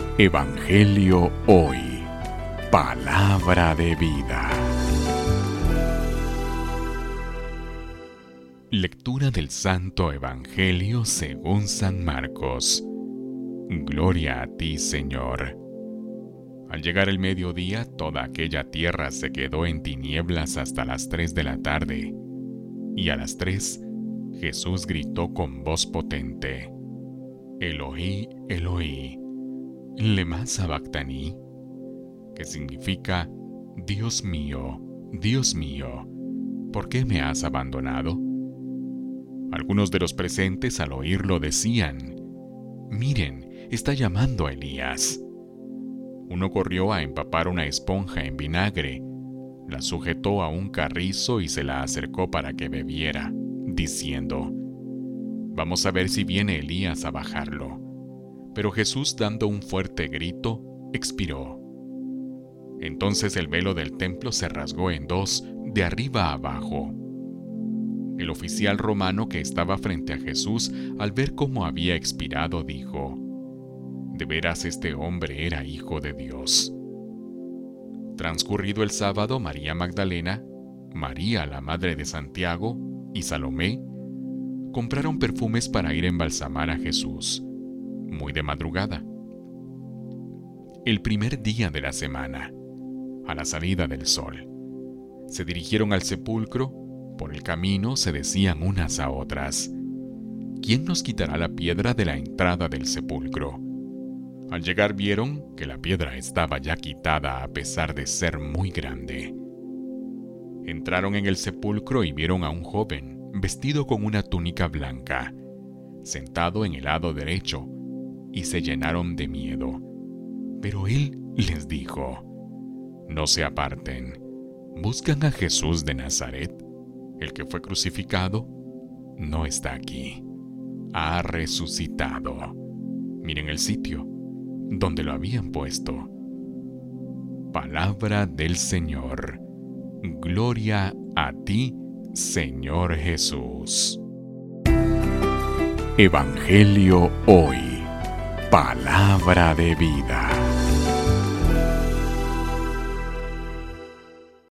Evangelio Hoy. Palabra de vida. Lectura del Santo Evangelio según San Marcos. Gloria a ti, Señor. Al llegar el mediodía, toda aquella tierra se quedó en tinieblas hasta las 3 de la tarde. Y a las 3, Jesús gritó con voz potente: Elohí, Elohí, lema sabactani, que significa: Dios mío, ¿por qué me has abandonado? Algunos de los presentes al oírlo decían: Miren, está llamando a Elías. Uno corrió a empapar una esponja en vinagre, la sujetó a un carrizo y se la acercó para que bebiera, diciendo: Vamos a ver si viene Elías a bajarlo. Pero Jesús, dando un fuerte grito, expiró. Entonces el velo del templo se rasgó en dos, de arriba a abajo. El oficial romano que estaba frente a Jesús, al ver cómo había expirado, dijo: De veras este hombre era hijo de Dios. Transcurrido el sábado, María Magdalena, María la madre de Santiago y Salomé compraron perfumes para ir a embalsamar a Jesús, muy de madrugada. El primer día de la semana, a la salida del sol, se dirigieron al sepulcro. Por el camino se decían unas a otras: ¿Quién nos quitará la piedra de la entrada del sepulcro? Al llegar vieron que la piedra estaba ya quitada a pesar de ser muy grande. Entraron en el sepulcro y vieron a un joven, vestido con una túnica blanca, sentado en el lado derecho, y se llenaron de miedo. Pero él les dijo: No se aparten, ¿buscan a Jesús de Nazaret? El que fue crucificado no está aquí, ha resucitado. Miren el sitio donde lo habían puesto. Palabra del Señor. Gloria a ti, Señor Jesús. Evangelio Hoy. Palabra de vida.